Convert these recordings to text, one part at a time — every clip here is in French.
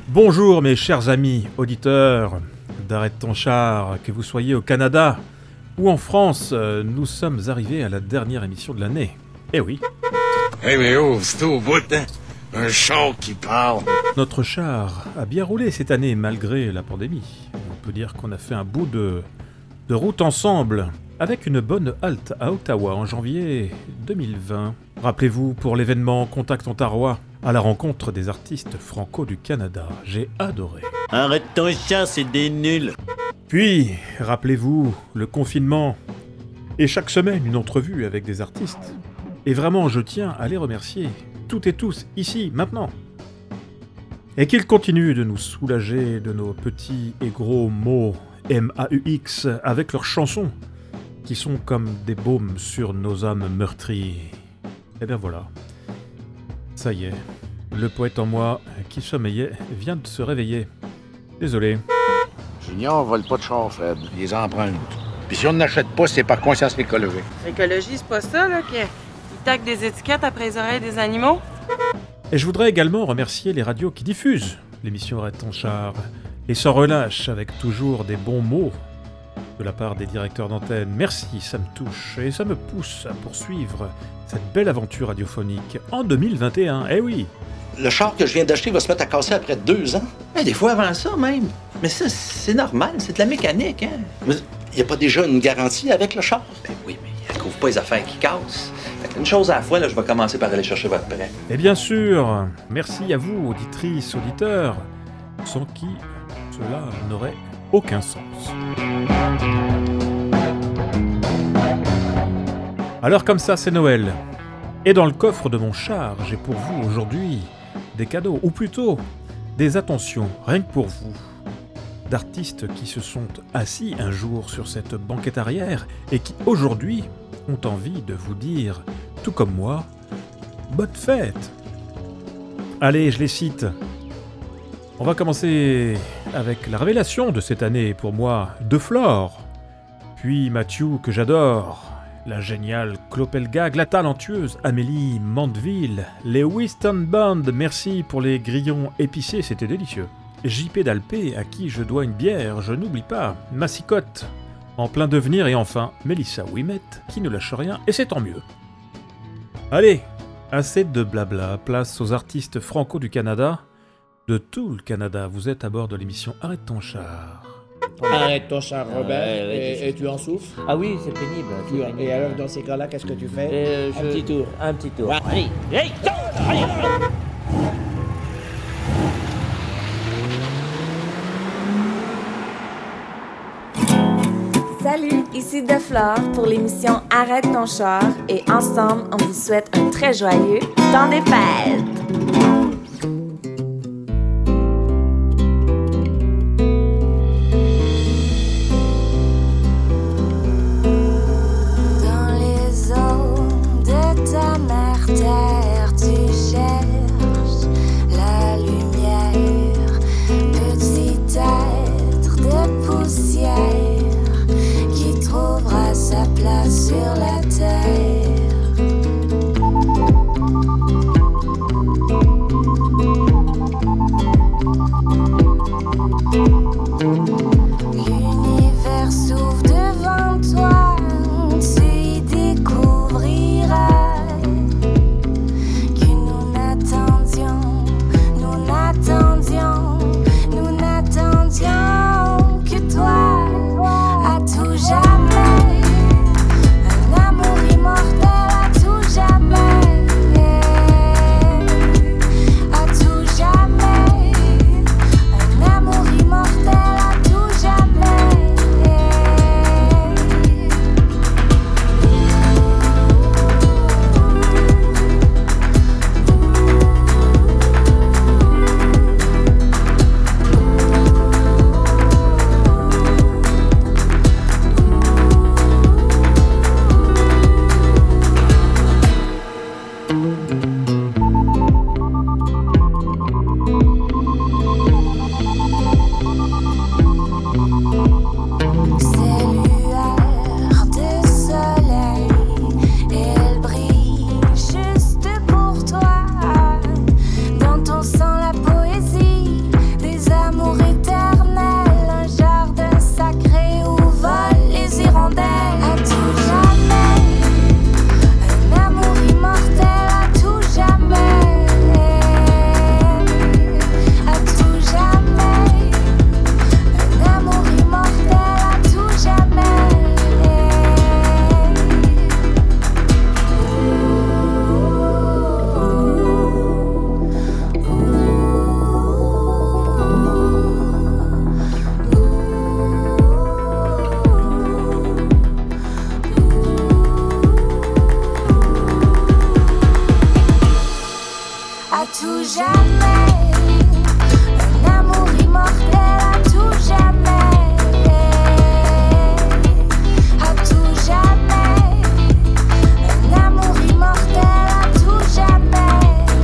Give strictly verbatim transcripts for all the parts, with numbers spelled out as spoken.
Bonjour mes chers amis auditeurs d'Arrête ton char, que vous soyez au Canada ou en France, nous sommes arrivés à la dernière émission de l'année. Eh oui. Eh hey, mais oh, c'est au bout, hein? Un char qui parle. Notre char a bien roulé cette année malgré la pandémie. On peut dire qu'on a fait un bout de, de route ensemble, avec une bonne halte à Ottawa en janvier deux mille vingt. Rappelez-vous, pour l'événement Contact Ontario, à la rencontre des artistes franco du Canada. J'ai adoré. Arrête ton char, c'est des nuls. Puis, rappelez-vous, le confinement. Et chaque semaine, une entrevue avec des artistes. Et vraiment, je tiens à les remercier, toutes et tous, ici, maintenant. Et qu'ils continuent de nous soulager de nos petits et gros mots M A U X avec leurs chansons, qui sont comme des baumes sur nos âmes meurtries. Et bien voilà. Ça y est, le poète en moi, qui sommeillait, vient de se réveiller. Désolé. Junior vole pas de char, Fred. Il les emprunte. Puis si on n'achète pas, c'est par conscience écologique. L'écologie, c'est pas ça, là, qu'ils taquent des étiquettes après les oreilles des animaux? Et je voudrais également remercier les radios qui diffusent l'émission Arrête ton char, et sans relâche, avec toujours des bons mots de la part des directeurs d'antenne. Merci, ça me touche, et ça me pousse à poursuivre cette belle aventure radiophonique en deux mille vingt et un, eh oui! Le char que je viens d'acheter va se mettre à casser après deux ans. Eh, des fois avant ça, même. Mais ça, c'est normal, c'est de la mécanique, hein? Il n'y a pas déjà une garantie avec le char? Ben oui, mais elle couvre pas les affaires qui cassent. Une chose à la fois, là, je vais commencer par aller chercher votre prêt. Et bien sûr, merci à vous, auditrices, auditeurs, sans qui cela n'aurait aucun sens. Alors comme ça, c'est Noël. Et dans le coffre de mon char, j'ai pour vous aujourd'hui des cadeaux, ou plutôt des attentions, rien que pour vous, d'artistes qui se sont assis un jour sur cette banquette arrière et qui aujourd'hui ont envie de vous dire, tout comme moi, bonne fête. Allez, je les cite. On va commencer avec la révélation de cette année pour moi, De Flore, puis Mathieu que j'adore, la géniale Clopelgag, la talentueuse Amélie Mandeville, les Weston Band, merci pour les grillons épicés, c'était délicieux. J P d'Alpé, à qui je dois une bière, je n'oublie pas, Massicotte, en plein devenir, et enfin Mélissa Ouimet, qui ne lâche rien, et c'est tant mieux. Allez, assez de blabla, place aux artistes franco du Canada, de tout le Canada. Vous êtes à bord de l'émission Arrête ton char. Arrête ton char, Robert, Ouais, ouais, et, je- et tu en souffres? Ah oui, c'est pénible. c'est Tu- pénible. Et alors, dans ces cas-là, qu'est-ce que tu fais? Euh, Un je- petit tour. Un petit tour. Ouais. Allez, hey, allez, Salut, ici De Flore pour l'émission Arrête ton char et ensemble, on vous souhaite un très joyeux temps des fêtes. Dans les eaux de ta mère terre, tu cherches la lumière, petit être de poussière qui trouvera sa place sur la terre. à tout jamais. Un amour immortel à tout jamais. À tout jamais. Un amour immortel à tout jamais.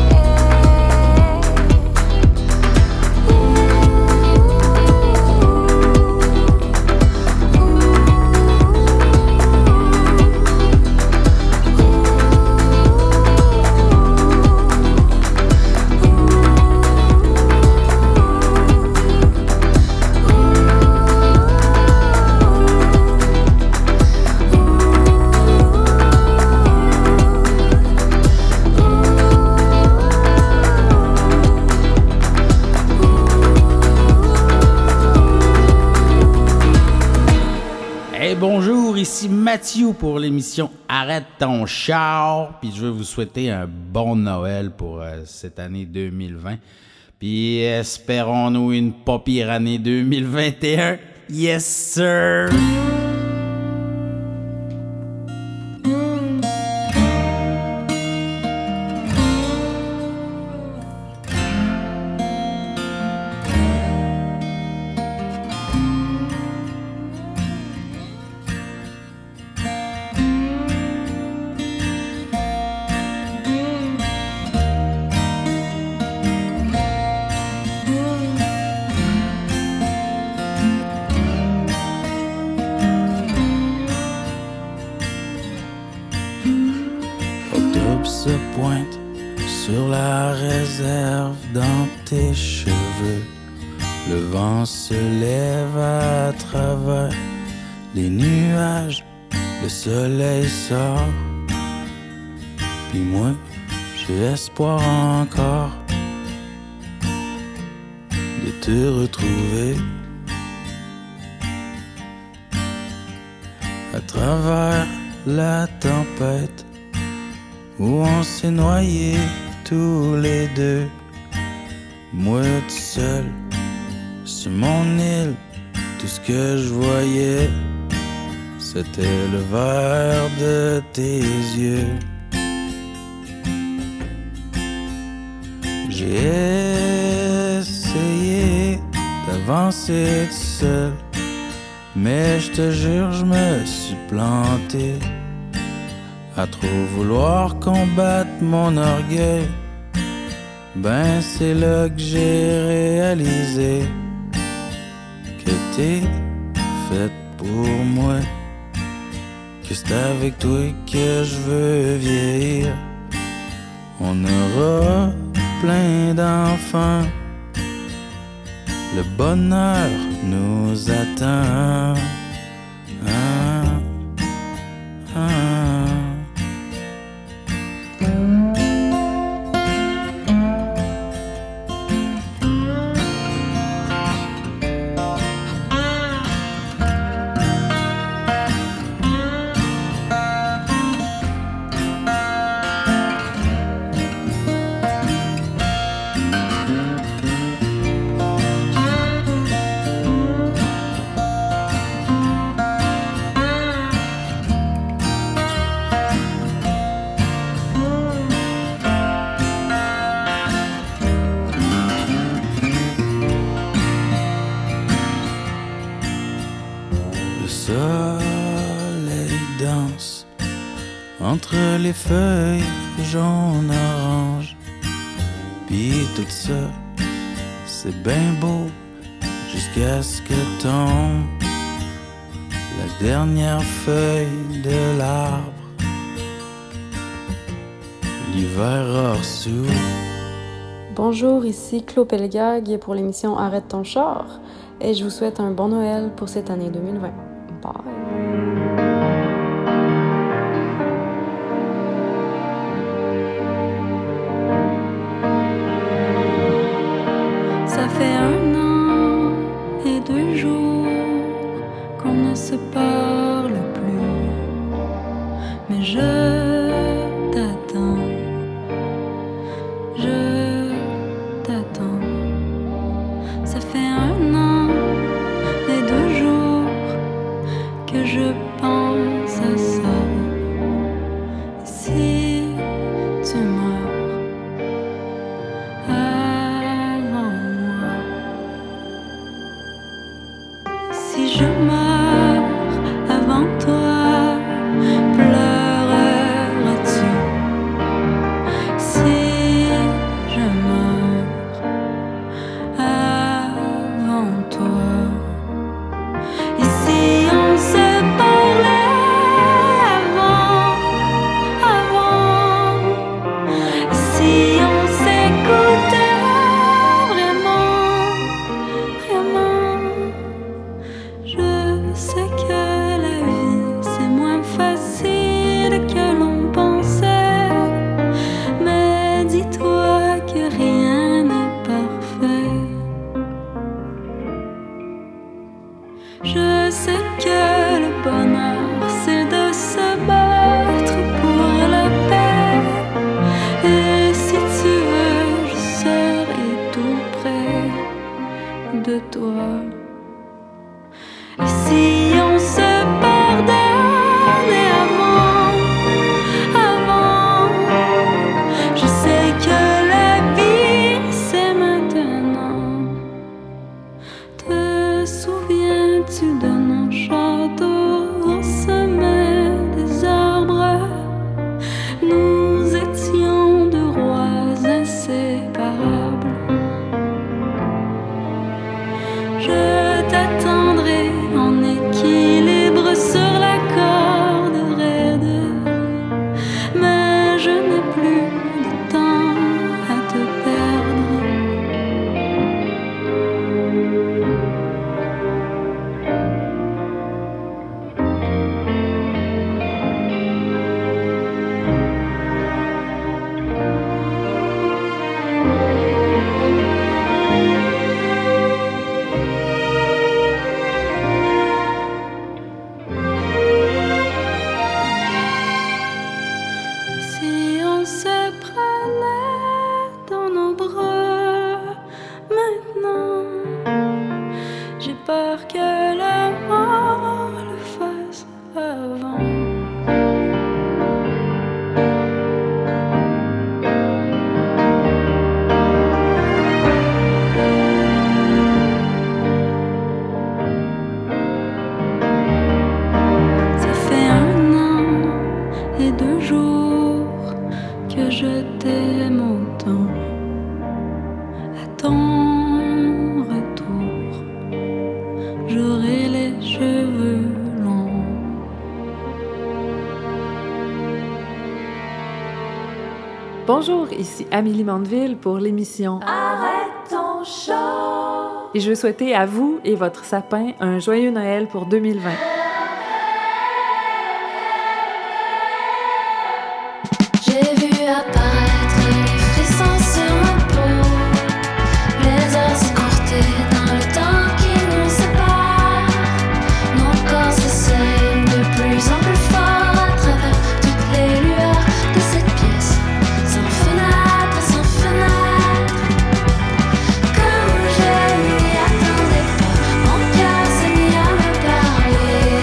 Bonjour, ici Mathieu pour l'émission Arrête ton char, puis je veux vous souhaiter un bon Noël pour euh, cette année deux mille vingt, puis espérons-nous une pas pire année deux mille vingt et un. Yes sir! Se pointe sur la réserve dans tes cheveux. Le vent se lève à travers les nuages, le soleil sort. Puis moi, j'ai espoir encore de te retrouver à travers la tempête où on s'est noyés tous les deux. Moi tout seul sur mon île, tout ce que je voyais, c'était le vert de tes yeux. J'ai essayé d'avancer tout seul, mais je te jure, je me suis planté à trop vouloir combattre mon orgueil. Ben c'est là que j'ai réalisé que t'es faite pour moi, que c'est avec toi que je veux vieillir. On aura plein d'enfants, le bonheur nous attend. Ah, ah. Entre les feuilles jaune-orange, pis tout ça, c'est ben beau jusqu'à ce que tombe la dernière feuille de l'arbre. L'hiver a reçu. Bonjour, ici Claude Pellegag pour l'émission Arrête ton char et je vous souhaite un bon Noël pour cette année deux mille vingt. Bye! Ça fait un an et deux jours qu'on ne se parle plus, mais je t'attends, je t'attends. Ça fait un an et deux jours que je pense à ça. Si tu meurs, meurs avant toi, pleureras-tu? Si je meurs avant toi, et si on se parlait avant, avant, et si on s'écoutait vraiment, vraiment, je sais que la vie c'est moins facile que l'on pensait, mais dis-toi que rien n'est parfait. Je sais que le bonheur c'est de se battre pour la paix, et si tu veux je serai tout près de toi. Et si on se pardonnait avant, avant, je sais que la vie c'est maintenant. Te souviens-tu de nos châteaux au sommet des arbres? Nous étions deux rois inséparables. Je t'attendrai en équilibre sur la corde raide, mais je n'ai plus de temps à te perdre. Si on se prenait dans nos bras maintenant, j'ai peur que la mort le fasse avant. Ça fait un an et deux jours que je t'aime autant. À ton retour, j'aurai les cheveux longs. Bonjour, ici Amélie Mandeville pour l'émission Arrête ton char. Et je veux souhaiter à vous et votre sapin un joyeux Noël pour deux mille vingt. J'ai vu apparaître les frissons sur ma peau. Les heures s'écourtaient dans le temps qui nous sépare. Nos corps s'essayent de plus en plus fort à travers toutes les lueurs de cette pièce. Sans fenêtre, sans fenêtre. Comme je n'y attendais pas, mon cœur s'est mis à me parler.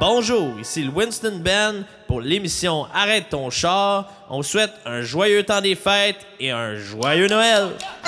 Bonjour, ici le Winston Ben pour l'émission Arrête ton char. On vous souhaite un joyeux temps des fêtes et un joyeux Noël.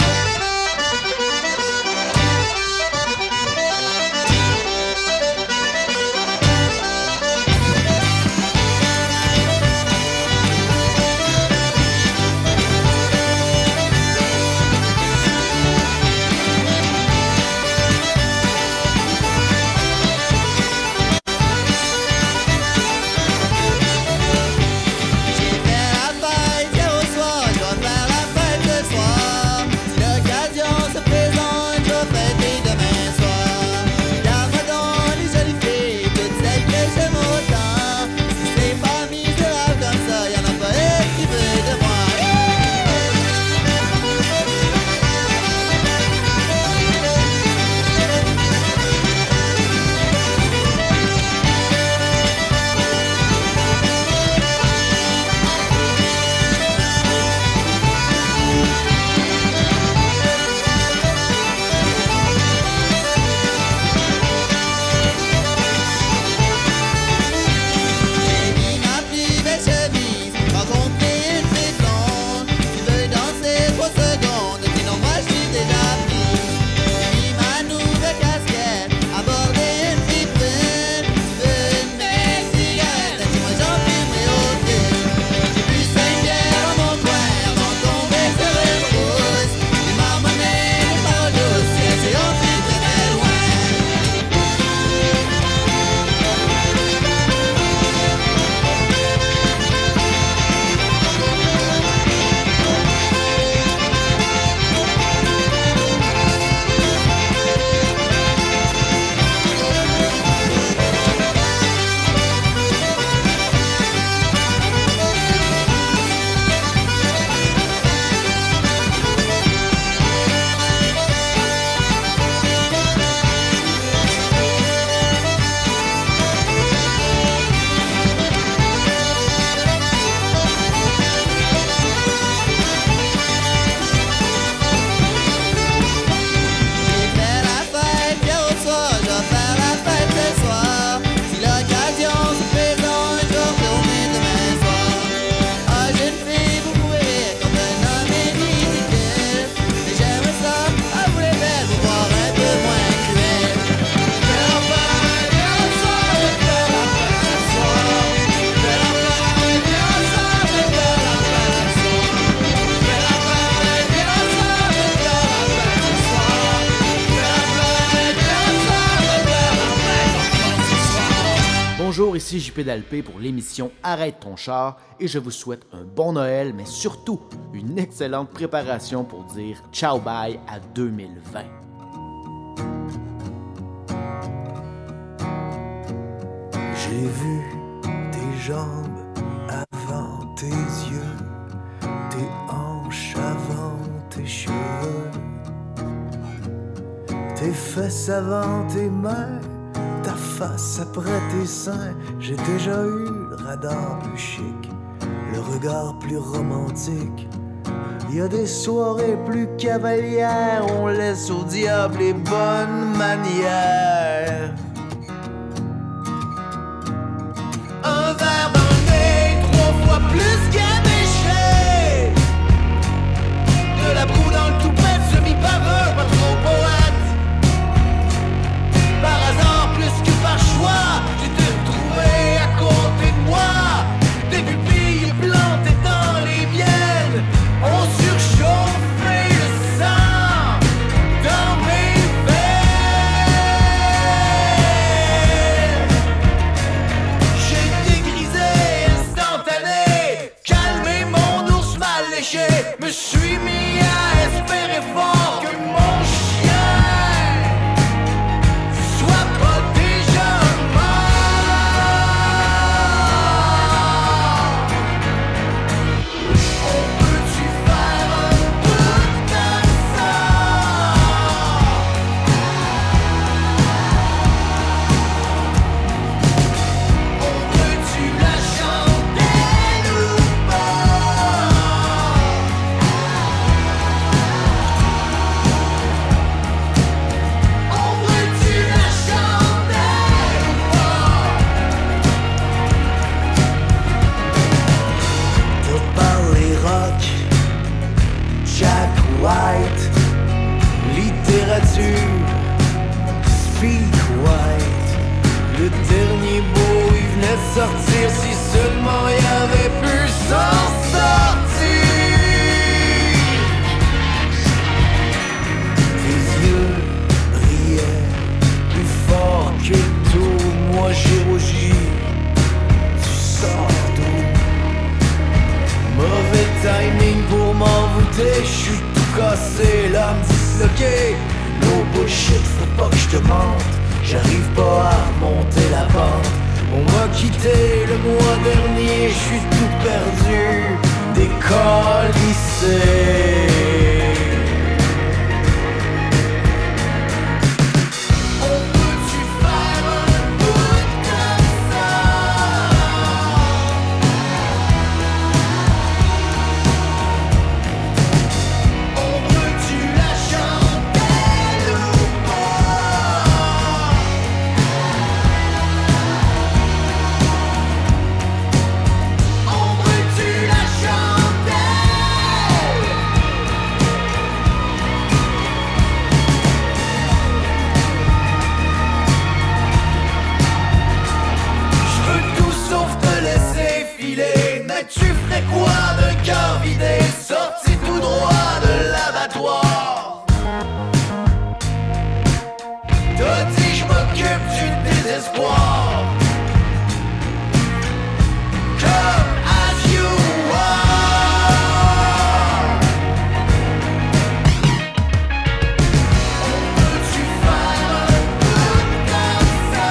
Bonjour, ici J P Dalpé pour l'émission Arrête ton char et je vous souhaite un bon Noël, mais surtout une excellente préparation pour dire ciao bye à deux mille vingt. J'ai vu tes jambes avant tes yeux, tes hanches avant tes cheveux, tes fesses avant tes mains, ta face après tes seins. J'ai déjà eu le radar plus chic, le regard plus romantique. Il y a des soirées plus cavalières, on laisse au diable les bonnes manières. Un verre dans le nez, trois fois plus qu'améché. De la broue dans le toupette, semi-baveux, pas trop poète. Par hasard, plus que par choix, j'ai te retrouvé à côté de moi. Des pupilles plantées dans les miennes, on surchauffait le sang dans mes veines. sortir si seulement y avait pu s'en sortir. Tes yeux brillaient plus fort que tout, moi j'ai rougi. Tu sors d'où? Mauvais timing pour m'envoûter, j'suis tout cassé, l'âme disloquée. No bullshit, faut pas que j'te mente. J'arrive pas à remonter la pente. On m'a quitté le mois dernier, j'suis tout perdu, décalissé. On peut-tu faire un bout comme ça? On peut-tu la chandelle ou tu ferais quoi d'un cœur vidé, sorti tout droit de l'abattoir? T'as dit je m'occupe du désespoir. Come as you are. On peut-tu faire un bout comme ça?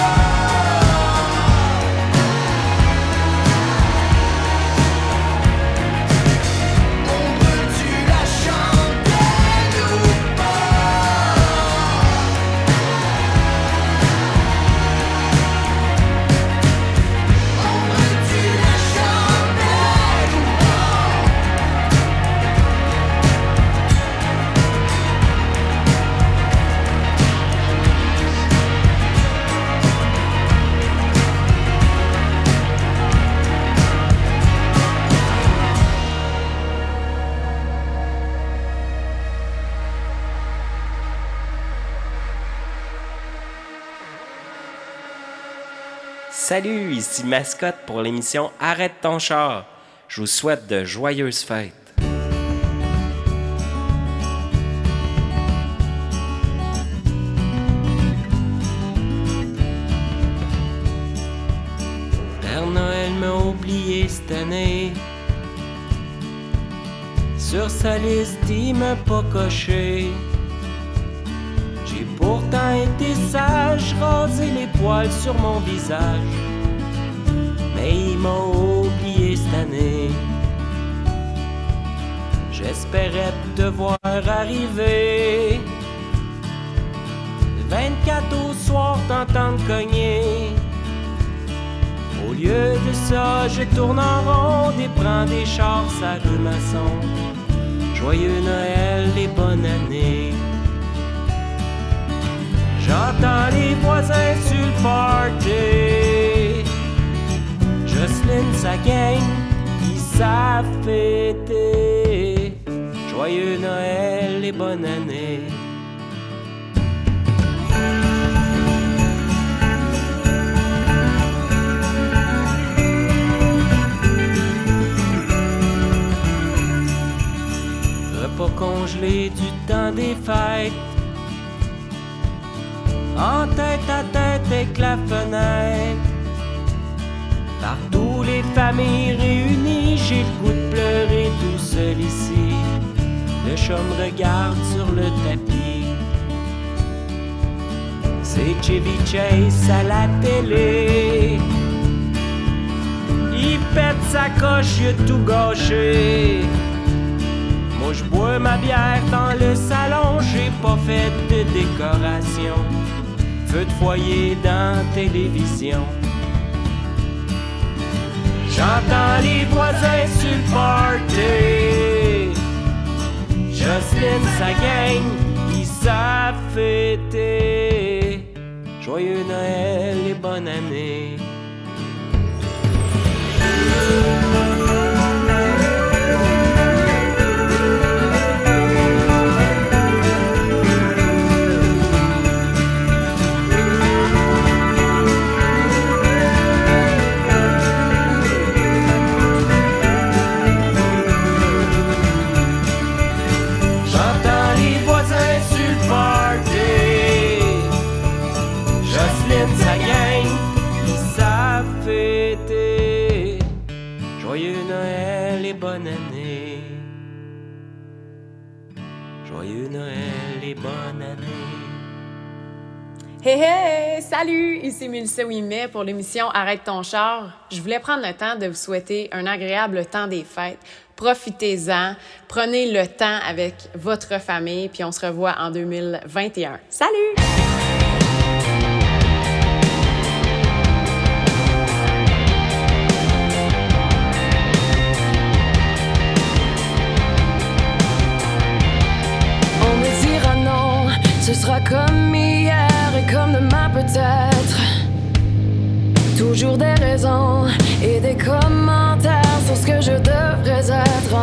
Salut, ici Mascotte pour l'émission Arrête ton char. Je vous souhaite de joyeuses fêtes. Père Noël m'a oublié cette année. Sur sa liste, il m'a pas coché. J'ai pourtant été sage, rasé les poils sur mon visage, mais il m'a oublié cette année. J'espérais te voir arriver, le vingt-quatre au soir t'entendre cogner. Au lieu de ça, je tourne en rond et prends des chars à rue Masson. Joyeux Noël et bonne année. J'entends les voisins sur le party, Jocelyne sa gang qui savent fêter. Joyeux Noël et bonne année. Repas congelé du temps des fêtes, en tête à tête avec la fenêtre. Partout les familles réunies, j'ai le goût de pleurer tout seul ici. Le chat me regarde sur le tapis. C'est Chevy Chase à la télé. Il pète sa coche, il a tout gâché. Moi je bois ma bière dans le salon, j'ai pas fait de décoration. Feu de foyer dans la télévision. J'entends les voisins sur le party, Jocelyne sa gang qui savent fêter. Joyeux Noël et bonne année. ramène sa gang qui savent fêter. Joyeux Noël et bonne année. Joyeux Noël et bonne année. Hey hey! Salut! Ici Mélissa Ouimet pour l'émission Arrête ton char. Je voulais prendre le temps de vous souhaiter un agréable temps des fêtes. Profitez-en, prenez le temps avec votre famille, puis on se revoit en deux mille vingt et un. Salut! On me dira non, ce sera comme hier et comme demain peut-être. Toujours des raisons et des commentaires sur ce que je devrais être.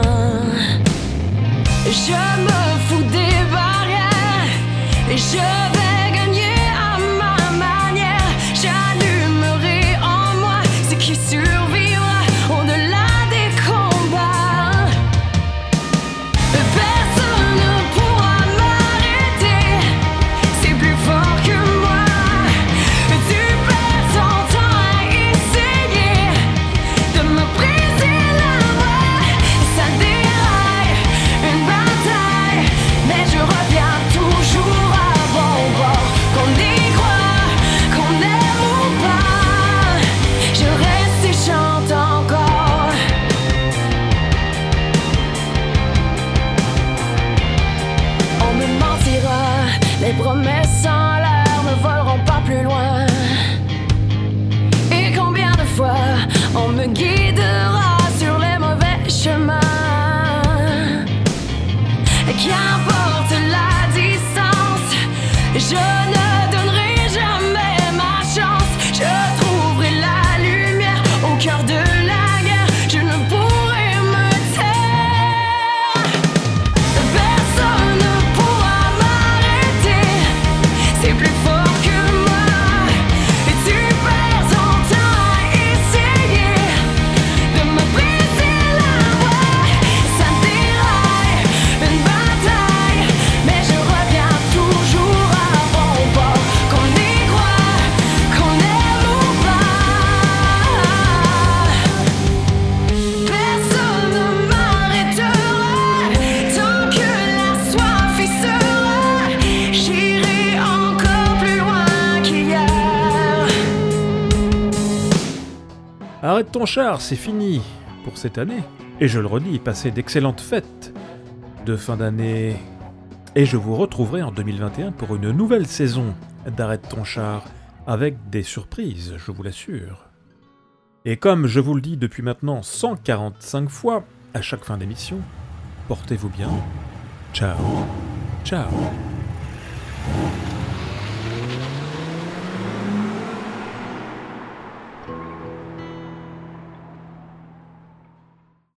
Je me fous des barrières et je vais gagner à ma manière. J'allumerai en moi ce qui survivra au-delà des combats. Personne ne pourra m'arrêter, c'est plus fort que moi. Tu perds ton temps à essayer de me briser la voie. Ça déraille, une bataille, mais je reviens toujours à bon bord. Qu'on y croit, qu'on aime ou pas, je reste et chante encore. On me mentira, les promesses en l'air ne voleront pas plus loin. Et combien de fois on me guidera sur les mauvais chemins. Qu'importe la distance, je ne donnerai jamais ma chance. Je trouverai la lumière au cœur de la guerre. Je ne pourrai me taire. Personne ne pourra m'arrêter, c'est plus fort que moi. Et tu perds ton temps à essayer de me briser la voie. Ça déraille, une bataille, mais je reviens toujours à bon port. Qu'on y croit, qu'on aime ou pas, personne ne m'arrêtera. Tant que la soif y sera, j'irai encore plus loin qu'hier. Arrête ton char, c'est fini pour cette année. Et je le redis, passez d'excellentes fêtes de fin d'année. Et je vous retrouverai en deux mille vingt et un pour une nouvelle saison d'Arrête ton char, avec des surprises, je vous l'assure. Et comme je vous le dis depuis maintenant cent quarante-cinq fois, à chaque fin d'émission, portez-vous bien. Ciao. Ciao.